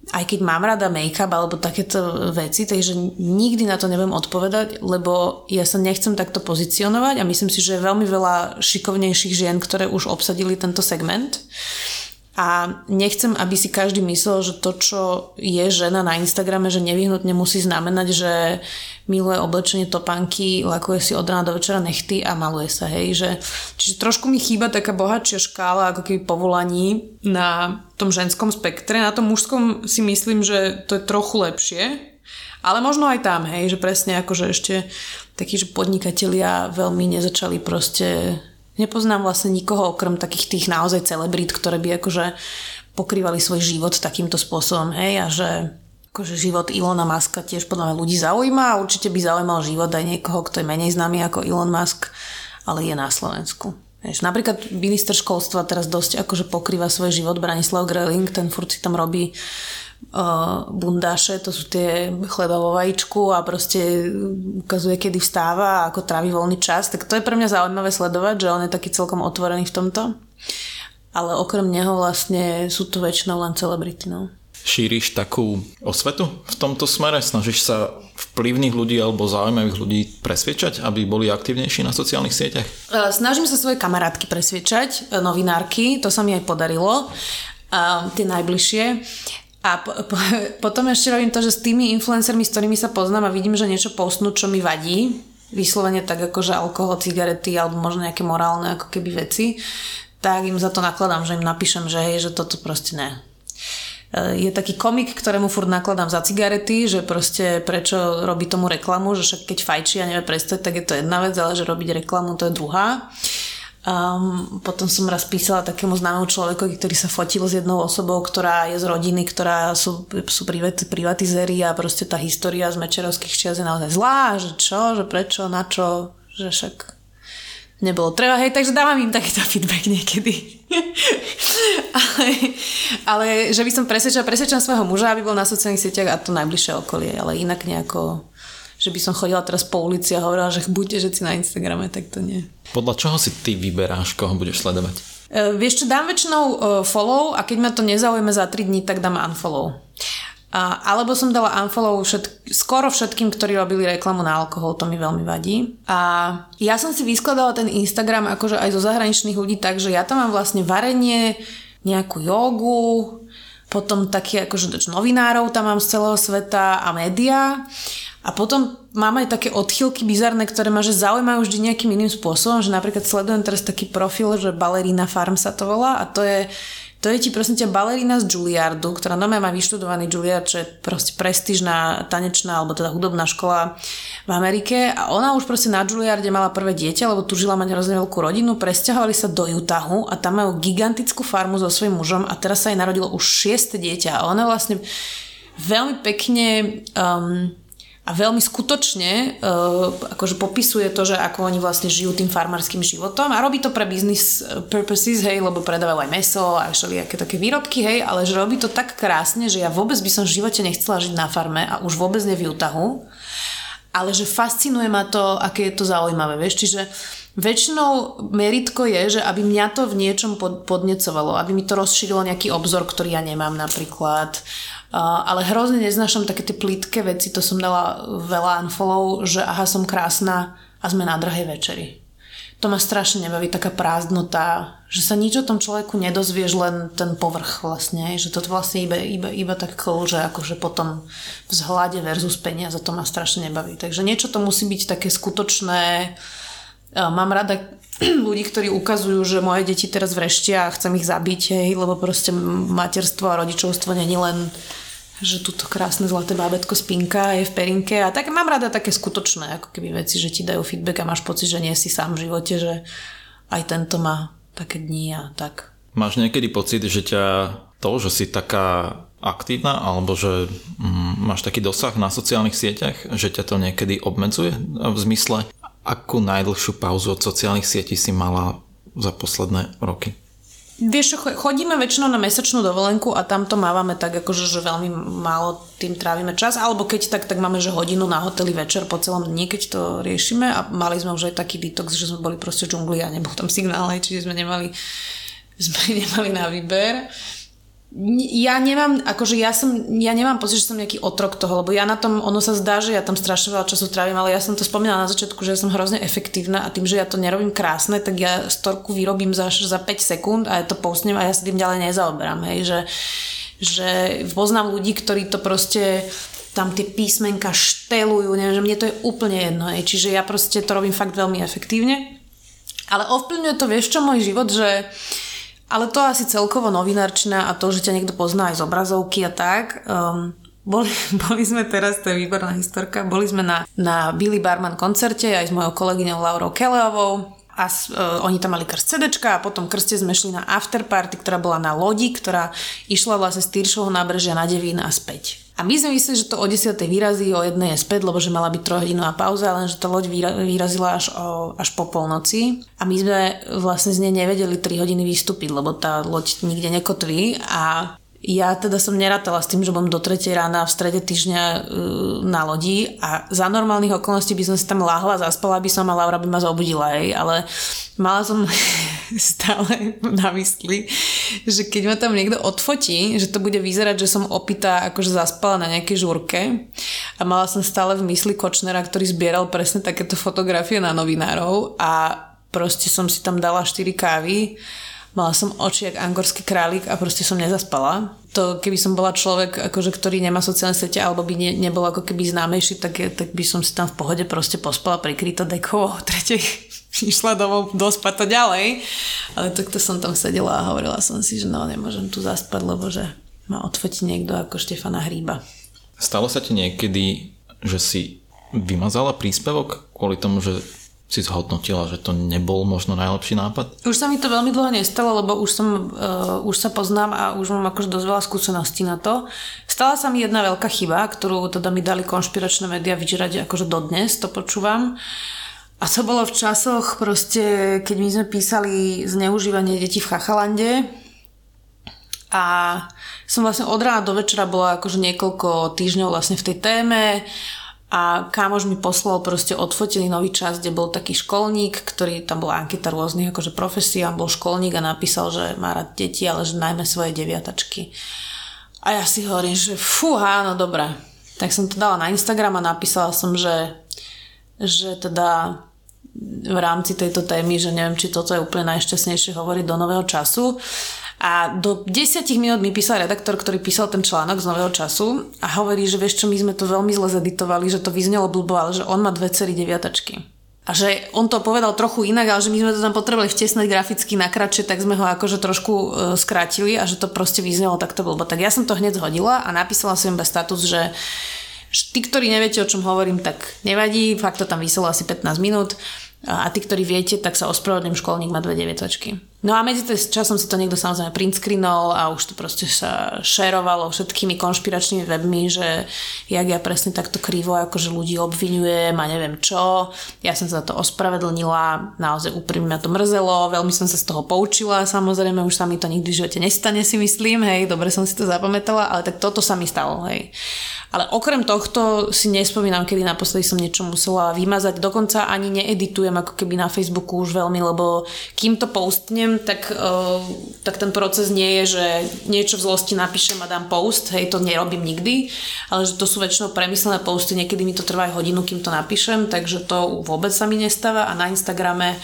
aj keď mám rada make-up alebo takéto veci, takže nikdy na to nebudem odpovedať, lebo ja sa nechcem takto pozicionovať a myslím si, že je veľmi veľa šikovnejších žien, ktoré už obsadili tento segment. A nechcem, aby si každý myslel, že to, čo je žena na Instagrame, že nevyhnutne musí znamenať, že miluje oblečenie topánky, lakuje si od rána do večera nechty a maluje sa, hej. Čiže trošku mi chýba taká bohatšia škála ako keby povolaní na tom ženskom spektre. Na tom mužskom si myslím, že to je trochu lepšie, ale možno aj tam, hej, že presne ako, že ešte takí, že podnikatelia veľmi nezačali proste... Nepoznám vlastne nikoho okrem takých tých naozaj celebrít, ktoré by akože pokrývali svoj život takýmto spôsobom, hej, a že akože život Ilona Muska tiež podľa mňa ľudí zaujíma a určite by zaujímal život aj niekoho, kto je menej známy ako Elon Musk, ale je na Slovensku. Vieš, napríklad minister školstva teraz dosť akože pokrýva svoj život, Branislav Greling, ten furt si tam robí bundáše, to sú tie chleba vo vajíčku a proste ukazuje, kedy vstáva a ako trávi voľný čas, tak to je pre mňa zaujímavé sledovať, že on je taký celkom otvorený v tomto, ale okrem neho vlastne sú tu väčšinou len celebrity, no. Šíriš takú osvetu v tomto smere? Snažíš sa vplyvných ľudí alebo zaujímavých ľudí presviečať, aby boli aktívnejší na sociálnych sieťach? Snažím sa svoje kamarátky presviečať, novinárky, to sa mi aj podarilo, tie najbližšie. A potom ešte robím to, že s tými influencermi, s ktorými sa poznám a vidím, že niečo postnú, čo mi vadí, vyslovene tak ako, že alkohol, cigarety alebo možno nejaké morálne ako keby veci, tak im za to nakladám, že im napíšem, že hej, že toto proste ne. Je taký komik, ktorému furt nakladám za cigarety, že proste prečo robí tomu reklamu, že však keď fajčí a nevie prestať, tak je to jedna vec, ale že robiť reklamu, to je druhá. Potom som raz písala takému známemu človeku, ktorý sa fotil s jednou osobou, ktorá je z rodiny, ktorá sú privatizéri a proste tá história z mečerovských čias je naozaj zlá, že čo, že prečo, na čo, že však nebolo treba, hej, takže dávam im takýto feedback niekedy. ale že by som presvedčam svojho muža, aby bol na sociálnych sieťach a to najbližšie okolie, ale inak nejako, že by som chodila teraz po ulici a hovorila, že buďte všetci na Instagrame, tak to nie. Podľa čoho si ty vyberáš, koho budeš sledovať? Vieš čo, dám väčšinou follow a keď ma to nezaujíma za 3 dní, tak dám unfollow. Alebo som dala unfollow skoro všetkým, ktorí robili reklamu na alkohol, to mi veľmi vadí. A ja som si vyskladala ten Instagram akože aj zo zahraničných ľudí, takže ja tam mám vlastne varenie, nejakú jogu, potom taký akože novinárov tam mám z celého sveta a média. A potom mám aj také odchýlky bizarné, ktoré ma že zaujímajú vždy nejakým iným spôsobom, že napríklad sledujem teraz taký profil, že Ballerina Farm sa to volá a to je ti prosím ťa balerina z Juilliardu, ktorá normálne má vyštudovaný Juilliard, čo je proste prestížna tanečná alebo teda hudobná škola v Amerike a ona už proste na Juilliarde mala prvé dieťa, lebo tužila mať hrozne veľkú rodinu, presťahovali sa do Utahu a tam majú gigantickú farmu so svojím mužom a teraz sa jej narodilo už 6. dieťa a ona vlastne veľmi pekne a veľmi skutočne akože popisuje to, že ako oni vlastne žijú tým farmárskym životom a robí to pre business purposes, hej, lebo predávajú aj mäso a všelijaké také výrobky, hej, ale že robí to tak krásne, že ja vôbec by som v živote nechcela žiť na farme a už vôbec ne v Utahu, ale že fascinuje ma to, aké je to zaujímavé, vieš, čiže väčšinou meritko je, že aby mňa to v niečom podnecovalo, aby mi to rozšírilo nejaký obzor, ktorý ja nemám napríklad. Ale hrozne neznášam také tie plítke veci, to som dala veľa unfollow, že aha, som krásna a sme na drahej večeri. To ma strašne nebaví, taká prázdnota, že sa nič o tom človeku nedozvieš, len ten povrch vlastne, že to vlastne iba tak že akože potom vzhľade versus peniaze, to ma strašne nebaví. Takže niečo to musí byť také skutočné. Mám rada ľudí, ktorí ukazujú, že moje deti teraz vreštia a chcem ich zabiť, hej, lebo proste materstvo a rodičovstvo nie je len, že túto krásne zlaté bábätko spinka je v perinke a tak mám rada také skutočné ako keby veci, že ti dajú feedback a máš pocit, že nie si sám v živote, že aj tento má také dni a tak. Máš niekedy pocit, že ťa to, že si taká aktívna alebo že máš taký dosah na sociálnych sieťach, že ťa to niekedy obmedzuje v zmysle, akú najdlhšiu pauzu od sociálnych sietí si mala za posledné roky? Vieš, chodíme väčšinou na mesačnú dovolenku a tam to mávame tak, akože, že veľmi málo tým trávime čas, alebo keď tak máme, že hodinu na hoteli večer po celom dni, keď to riešime a mali sme už aj taký detox, že sme boli proste v džungli a nebol tam signál, čiže sme nemali na výber. Ja nemám, ja nemám pocit, že som nejaký otrok toho, lebo ja na tom, ono sa zdá, že ja tam strašne veľa času trávim, ale ja som to spomínala na začiatku, že ja som hrozne efektívna a tým, že ja to nerobím krásne, tak ja storku vyrobím za 5 sekúnd a ja to postnem a ja sa tým ďalej nezaoberám, hej, že poznám ľudí, ktorí to proste tam tie písmenka štelujú, neviem, že mne to je úplne jedno, hej, čiže ja proste to robím fakt veľmi efektívne, ale ovplyvňuje to, vieš čo, môj život, že ale to asi celkovo novinárčina a to, že ťa niekto pozná aj z obrazovky a tak. Boli sme teraz, to je výborná historka, boli sme na Billy Barman koncerte aj s mojou kolegyňou Laurou Kelleovou a oni tam mali krst CDčka a potom krste sme šli na afterparty, ktorá bola na lodi, ktorá išla vlastne z Tyršovho nábrežia na Devín a späť. A my sme mysleli, že to o 10. vyrazí, o 1. je späť, lebo že mala byť 3-hodinová pauza, lenže tá loď vyrazila až po polnoci. A my sme vlastne z nej nevedeli 3 hodiny vystúpiť, lebo tá loď nikde nekotví. A ja teda som nerátala s tým, že budem do 3. rána v strede týždňa na lodi a za normálnych okolností by som si tam láhla, zaspala by som a Laura by ma zobudila, hej. Ale mala som stále na mysli, že keď ma tam niekto odfotí, že to bude vyzerať, že som opitá, akože zaspala na nejakej žúrke a mala som stále v mysli Kočnera, ktorý zbieral presne takéto fotografie na novinárov a proste som si tam dala 4 kávy. Mala som oči jak angorský králik a proste som nezaspala. To keby som bola človek, akože, ktorý nemá sociálne siete alebo by nebol ako keby známejší, tak by som si tam v pohode proste pospala prikryto dekou a o 3. išla domov dospať to ďalej. Ale takto som tam sedela a hovorila som si, že no nemôžem tu zaspať, lebo že ma odfotí niekto ako Štefana Hríba. Stalo sa ti niekedy, že si vymazala príspevok kvôli tomu, že si zhodnotila, že to nebol možno najlepší nápad? Už sa mi to veľmi dlho nestalo, lebo už sa poznám a už mám akože dosť veľa skúseností na to. Stala sa mi jedna veľká chyba, ktorú teda mi dali konšpiračné médiá vyžrať akože dodnes, to počúvam. A to bolo v časoch proste, keď my sme písali zneužívanie detí v Chachalande a som vlastne od rána do večera bola akože niekoľko týždňov vlastne v tej téme. A kámoš mi poslal proste odfotený nový čas, kde bol taký školník, ktorý tam bola anketa rôznych akože profesí, on bol školník a napísal, že má rád deti, ale že najmä svoje 9-tačky. A ja si hovorím, že fúha, no dobré. Tak som to dala na Instagram a napísala som, že teda v rámci tejto témy, že neviem, či toto je úplne najšťastnejšie hovoriť do nového času. A do 10 minút mi písal redaktor, ktorý písal ten článok z Nového času a hovorí, že vieš čo, my sme to veľmi zle zeditovali, že to vyznelo blbo, ale že on má 2 dcery 9-tačky. A že on to povedal trochu inak, ale že my sme to tam potrebovali vtesnať graficky na kratšie, tak sme ho akože trošku skrátili a že to proste vyznelo takto blbo. Tak ja som to hneď zhodila a napísala som iba status, že tí, ktorí neviete, o čom hovorím, tak nevadí, fakt to tam vyselo asi 15 minút. A tí, ktorí viete, tak sa ospravedlňujem, školník má 2 9-tačky. No a medzi časom si to niekto samozrejme print screenol a už to proste sa šerovalo všetkými konšpiračnými webmi, že jak ja presne takto krivo akože ľudí obviňujem a neviem čo. Ja som sa za to ospravedlnila, naozaj úprimne ma to mrzelo, veľmi som sa z toho poučila, samozrejme už sa mi to nikdy v živote nestane, si myslím, hej, dobre som si to zapamätala, ale tak toto sa mi stalo, hej. Ale okrem tohto si nespomínam, kedy naposledy som niečo musela vymazať. Dokonca ani needitujem ako keby na Facebooku už veľmi, lebo kým to postnem, tak ten proces nie je, že niečo v zlosti napíšem a dám post, hej, to nerobím nikdy, ale že to sú väčšinou premyslené posty, niekedy mi to trvá aj hodinu, kým to napíšem, takže to vôbec sa mi nestáva a na Instagrame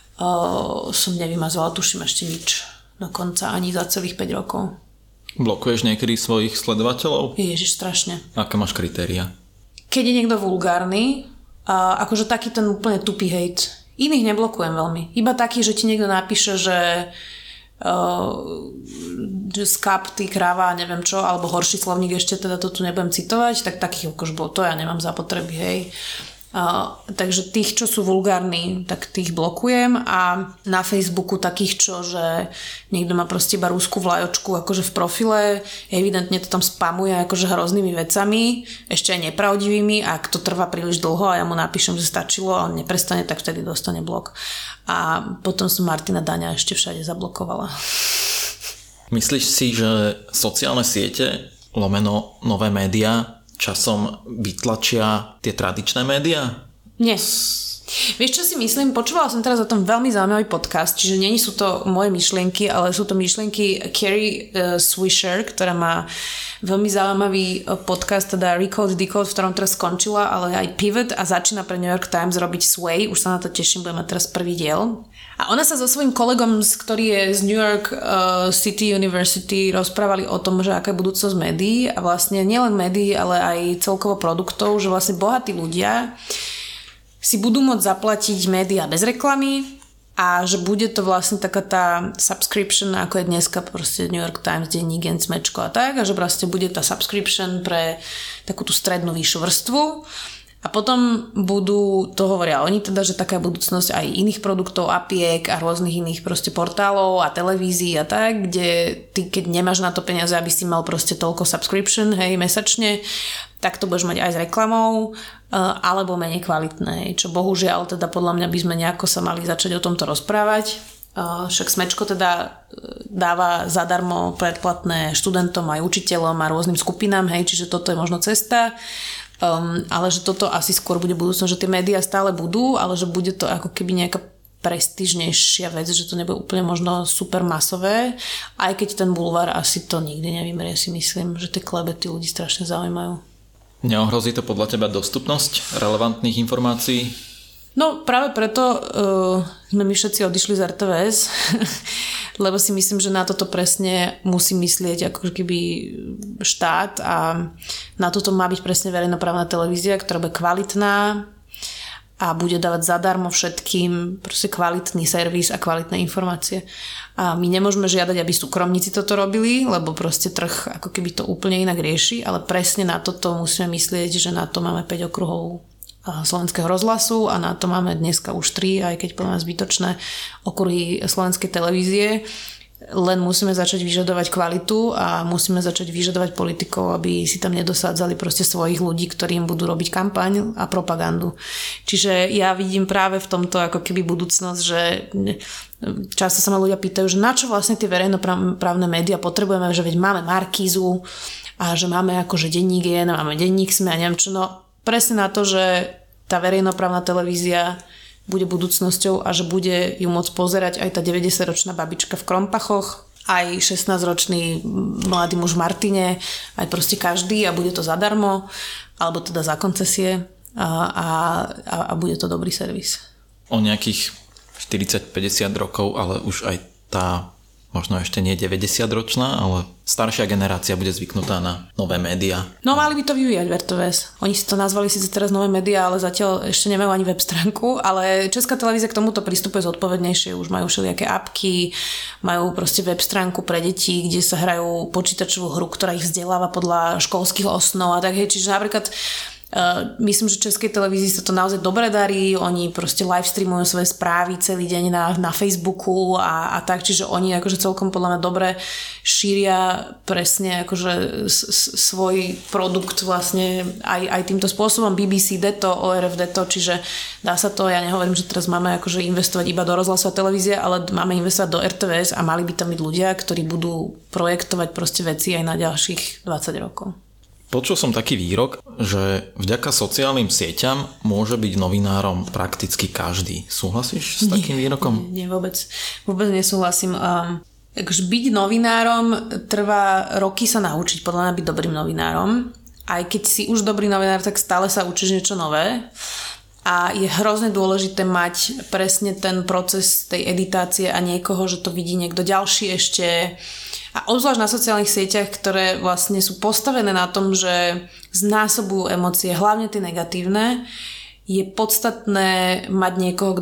som nevymazala, tuším ešte nič. Dokonca ani za celých 5 rokov. Blokuješ niekedy svojich sledovateľov? Ježiš, strašne. Aké máš kritéria? Keď je niekto vulgárny, akože taký ten úplne tupý hejt. Iných neblokujem veľmi. Iba taký, že ti niekto napíše, že skap, ty kráva, neviem čo, alebo horší slovník ešte, teda to tu nebudem citovať, tak takých akože bolo, to ja nemám zapotreby, hej. Takže tých, čo sú vulgárni, tak tých blokujem a na Facebooku takých, čo, že niekto má proste iba ruskú vlajočku akože v profile, evidentne to tam spamuje akože hroznými vecami, ešte aj nepravdivými a ak to trvá príliš dlho a ja mu napíšem, že stačilo a on neprestane, tak vtedy dostane blok. A potom som Martina Daňa ešte všade zablokovala. Myslíš si, že sociálne siete lomeno nové médiá časom vytlačia tie tradičné médiá? Nie. Vieš, čo si myslím? Počúvala som teraz o tom veľmi zaujímavý podcast, čiže nie sú to moje myšlienky, ale sú to myšlienky Carrie Swisher, ktorá má veľmi zaujímavý podcast, teda Recode, Decode, v ktorom teraz skončila, ale aj Pivot a začína pre New York Times robiť Sway. Už sa na to teším, budeme teraz prvý diel. A ona sa so svojím kolegom, ktorý je z New York City University, rozprávali o tom, že aká je budúcnosť médií a vlastne nielen médií, ale aj celkovo produktov, že vlastne bohatí ľudia si budú môcť zaplatiť médiá bez reklamy a že bude to vlastne taká tá subscription, ako je dneska proste New York Times, denník, Gen, Smečko a tak, a že vlastne bude tá subscription pre takú tú strednú vyššiu vrstvu. A potom budú, to hovoria oni teda, že taká budúcnosť aj iných produktov, apiek a rôznych iných proste portálov a televízií a tak, kde ty keď nemáš na to peniaze, aby si mal proste toľko subscription, hej, mesačne, tak to budeš mať aj s reklamou, alebo menej kvalitné, čo bohužiaľ teda podľa mňa by sme nejako sa mali začať o tomto rozprávať. Však Smečko teda dáva zadarmo predplatné študentom aj učiteľom a rôznym skupinám, hej, čiže toto je možno cesta. Ale že toto asi skôr bude budúcnosť, že tie médiá stále budú, ale že bude to ako keby nejaká prestížnejšia vec, že to nebude úplne možno super masové, aj keď ten bulvár asi to nikdy nevymrie, si myslím, že tie klebety ľudí strašne zaujímajú. Neohrozí to podľa teba dostupnosť relevantných informácií? No práve preto sme my všetci odišli z RTVS, lebo si myslím, že na toto presne musí myslieť ako keby štát a na toto má byť presne verejnoprávna televízia, ktorá bude kvalitná a bude dávať zadarmo všetkým proste kvalitný servis a kvalitné informácie. A my nemôžeme žiadať, aby súkromníci toto robili, lebo proste trh ako keby to úplne inak rieši, ale presne na toto musíme myslieť, že na to máme 5 okruhov Slovenského rozhlasu a na to máme dneska už 3, aj keď poviem zbytočné okruhy slovenskej televízie. Len musíme začať vyžadovať kvalitu a musíme začať vyžadovať politikov, aby si tam nedosádzali proste svojich ľudí, ktorí im budú robiť kampaň a propagandu. Čiže ja vidím práve v tomto ako keby budúcnosť, že často sa ma ľudia pýtajú, že na čo vlastne tie verejnoprávne médiá potrebujeme, že veď máme Markízu a že máme akože denník N, máme denník SME a neviem čo, no presne na to, že tá verejnoprávna televízia bude budúcnosťou a že bude ju môcť pozerať aj tá 90-ročná babička v Krompachoch, aj 16-ročný mladý muž v Martine, aj proste každý a bude to zadarmo, alebo teda za koncesie a bude to dobrý servis. O nejakých 40-50 rokov, ale už aj tá možno ešte nie 90-ročná, ale staršia generácia bude zvyknutá na nové médiá. No mali by to vyvíjať v RTVS. Oni si to nazvali síce teraz nové médiá, ale zatiaľ ešte nemajú ani web stránku, ale Česká televízia k tomuto pristupuje zodpovednejšie. Už majú všelijaké apky, majú proste web stránku pre deti, kde sa hrajú počítačovú hru, ktorá ich vzdeláva podľa školských osnov a tak. Hej. Čiže napríklad myslím, že Českej televízii sa to naozaj dobre darí, oni proste live streamujú svoje správy celý deň na Facebooku a tak, čiže oni akože celkom podľa mňa dobre šíria presne akože svoj produkt vlastne aj týmto spôsobom. BBC deto, ORF deto, čiže dá sa to, ja nehovorím, že teraz máme akože investovať iba do rozhlasu a televízie, ale máme investovať do RTVS a mali by tam byť ľudia, ktorí budú projektovať proste veci aj na ďalších 20 rokov. Počul som taký výrok, že vďaka sociálnym sieťam môže byť novinárom prakticky každý. Súhlasíš s takým výrokom? Nie, vôbec nesúhlasím. Takže byť novinárom trvá roky sa naučiť, podľa mňa byť dobrým novinárom. Aj keď si už dobrý novinár, tak stále sa učíš niečo nové. A je hrozne dôležité mať presne ten proces tej editácie a niekoho, že to vidí niekto ďalší ešte. A obzvlášť na sociálnych sieťach, ktoré vlastne sú postavené na tom, že znásobujú emócie, hlavne tie negatívne, je podstatné mať niekoho,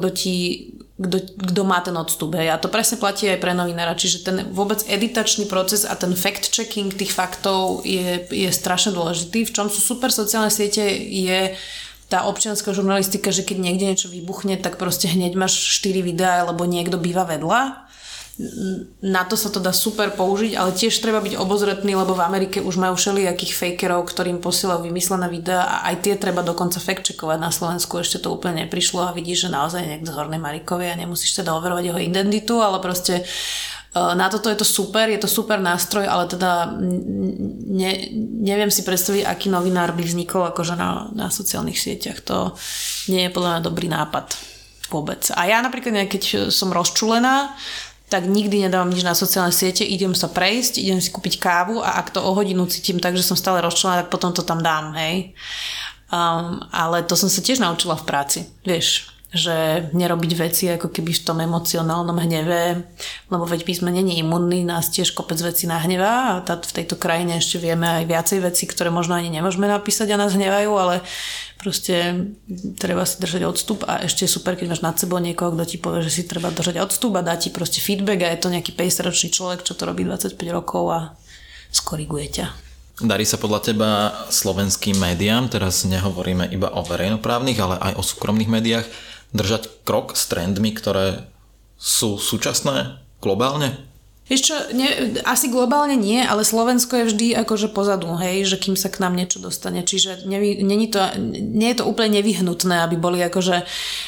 kto má ten odstup. A to presne platí aj pre novinára. Čiže ten vôbec editačný proces a ten fact-checking tých faktov je strašne dôležitý. V čom sú super sociálne siete je tá občianska žurnalistika, že keď niekde niečo vybuchne, tak proste hneď máš 4 videá, lebo niekto býva vedľa. Na to sa to dá super použiť, ale tiež treba byť obozretný, lebo v Amerike už majú všelijakých fakerov, ktorým posielajú vymyslené videá a aj tie treba dokonca fact-checkovať. Na Slovensku ešte to úplne neprišlo a vidíš, že naozaj niekto z Hornej Marikovej a nemusíš teda overovať jeho identitu, ale proste Na toto je to super nástroj, ale teda neviem si predstaviť, aký novinár by vznikol akože na sociálnych sieťach. To nie je podľa mňa dobrý nápad vôbec. A ja napríklad, keď som rozčulená, tak nikdy nedávam nič na sociálne siete, idem sa prejsť, idem si kúpiť kávu a ak to o hodinu cítim tak, že som stále rozčulená, tak potom to tam dám, hej. Ale to som sa tiež naučila v práci, vieš, že nerobiť veci ako keby v tom emocionálnom hneve, lebo veď my sme není imunní, nás tiež kopec vecí nahnevá a v tejto krajine ešte vieme aj viacej vecí, ktoré možno ani nemôžeme napísať a nás hnevajú, ale proste treba si držať odstup a ešte je super, keď máš nad sebou niekoho, kto ti povie, že si treba držať odstup a dá ti proste feedback a je to nejaký 50-ročný človek, čo to robí 25 rokov a skoriguje ťa. Darí sa podľa teba slovenským médiám, teraz nehovoríme iba o verejnoprávnych, ale aj o súkromných médiách, držať krok s trendmi, ktoré sú súčasné globálne? Vieš čo, asi globálne nie, ale Slovensko je vždy akože pozadu, hej, že kým sa k nám niečo dostane. Čiže nie je to úplne nevyhnutné, aby boli akože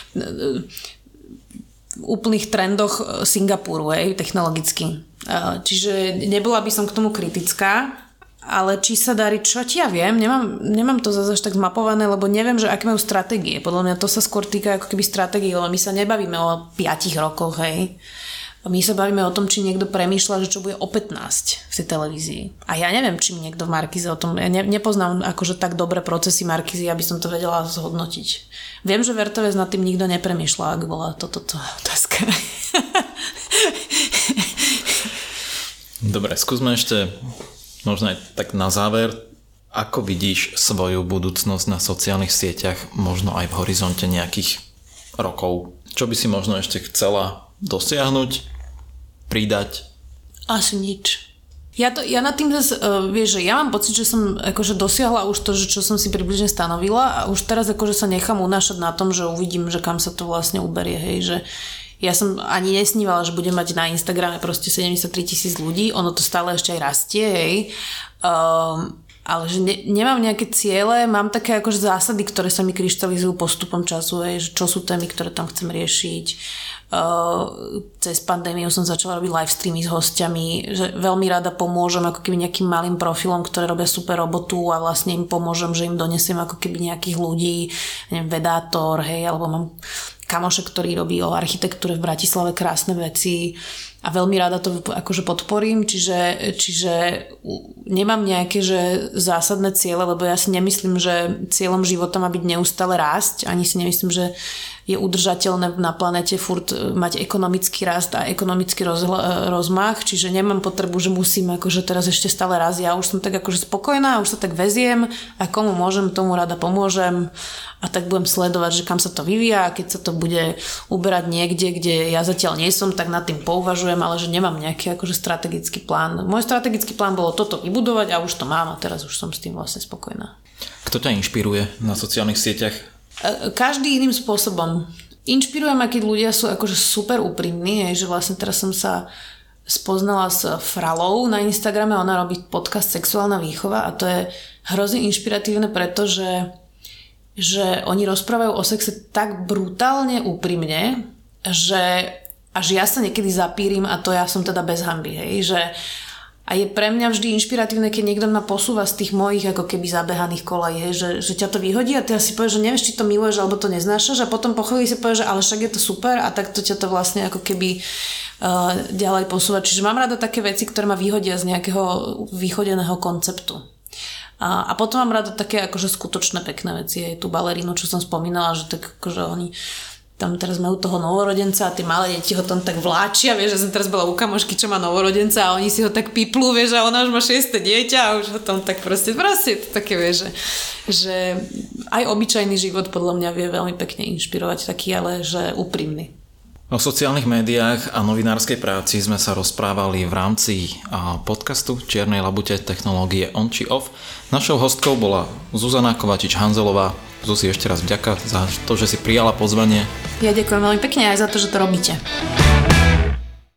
v úplných trendoch Singapuru, hej, technologicky. Čiže nebola by som k tomu kritická, ale či sa darí, čo ja viem, nemám to zase až tak zmapované, lebo neviem, že aké majú stratégie. Podľa mňa to sa skôr týka ako keby stratégie, lebo my sa nebavíme o 5 rokoch, hej. My sa bavíme o tom, či niekto premýšľa, že čo bude o 15 v tej televízii. A ja neviem, či niekto v Markíze o tom, ja nepoznám akože tak dobré procesy Markízy, aby som to vedela zhodnotiť. Viem, že v RTVS nad tým nikto nepremýšľa, ak bola toto otázka. Dobre, skúsme ešte možno aj tak na záver, ako vidíš svoju budúcnosť na sociálnych sieťach, možno aj v horizonte nejakých rokov? Čo by si možno ešte chcela dosiahnuť, pridať? Asi nič. Ja nad tým zase, vieš, že ja mám pocit, že som akože dosiahla už to, že čo som si približne stanovila a už teraz akože sa nechám unášať na tom, že uvidím, že kam sa to vlastne uberie, hej, že ja som ani nesnívala, že budem mať na Instagrame proste 73 000 ľudí, ono to stále ešte aj rastie, hej. Ale že nemám nejaké ciele, mám také akože zásady, ktoré sa mi kryštalizujú postupom času, hej, že čo sú témy, ktoré tam chcem riešiť. Cez pandémiu som začala robiť live streamy s hostiami, že veľmi rada pomôžem ako keby nejakým malým profilom, ktoré robia super robotu a vlastne im pomôžem, že im donesiem ako keby nejakých ľudí, neviem, vedátor, hej, alebo mám kamoše, ktorý robí o architektúre v Bratislave krásne veci a veľmi rada to akože podporím, čiže nemám nejaké že zásadné ciele, lebo ja si nemyslím, že cieľom života má byť neustále rásť, ani si nemyslím, že je udržateľné na planete furt mať ekonomický rast a ekonomický rozmach, čiže nemám potrebu, že musím akože teraz ešte stále raz. Ja už som tak akože spokojná, už sa tak veziem a komu môžem, tomu rada pomôžem a tak budem sledovať, že kam sa to vyvíja a keď sa to bude uberať niekde, kde ja zatiaľ nie som, tak nad tým pouvažujem, ale že nemám nejaký akože strategický plán. Môj strategický plán bolo toto vybudovať a už to mám a teraz už som s tým vlastne spokojná. Kto ťa inšpiruje na sociálnych sieťach? Každý iným spôsobom. Inšpirujem, keď ľudia sú akože super úprimní, že vlastne teraz som sa spoznala s Fralou na Instagrame, ona robí podcast Sexuálna výchova a to je hrozne inšpiratívne, pretože že oni rozprávajú o sexe tak brutálne úprimne, že až ja sa niekedy zapírim a to ja som teda bez hanby, hej, že a je pre mňa vždy inšpiratívne, keď niekto ma posúva z tých mojich ako keby zabehaných kolají, že ťa to vyhodí a ty si povieš, že nevieš, či to miluješ alebo to neznášaš a potom po chvíli si povieš, že ale však je to super a tak to ťa to vlastne ako keby ďalej posúva. Čiže mám rada také veci, ktoré ma vyhodia z nejakého vychodeného konceptu. A potom mám rada také akože skutočné pekné veci. Aj tú balerínu, čo som spomínala, že tak akože oni tam teraz majú toho novorodenca a tie malé deti ho tam tak vláčia, vieš, že som teraz bola u kamošky, čo má novorodenca a oni si ho tak píplú, vieš, a ona už má 6. dieťa a už ho tam tak proste to také, vieš, že aj obyčajný život podľa mňa vie veľmi pekne inšpirovať, taký ale, že úprimný. O sociálnych médiách a novinárskej práci sme sa rozprávali v rámci podcastu Čiernej labute technológie on či off. Našou hostkou bola Zuzana Kovačič-Hanzelová. Zuzi, ešte raz vďaka za to, že si prijala pozvanie. Ja ďakujem veľmi pekne aj za to, že to robíte.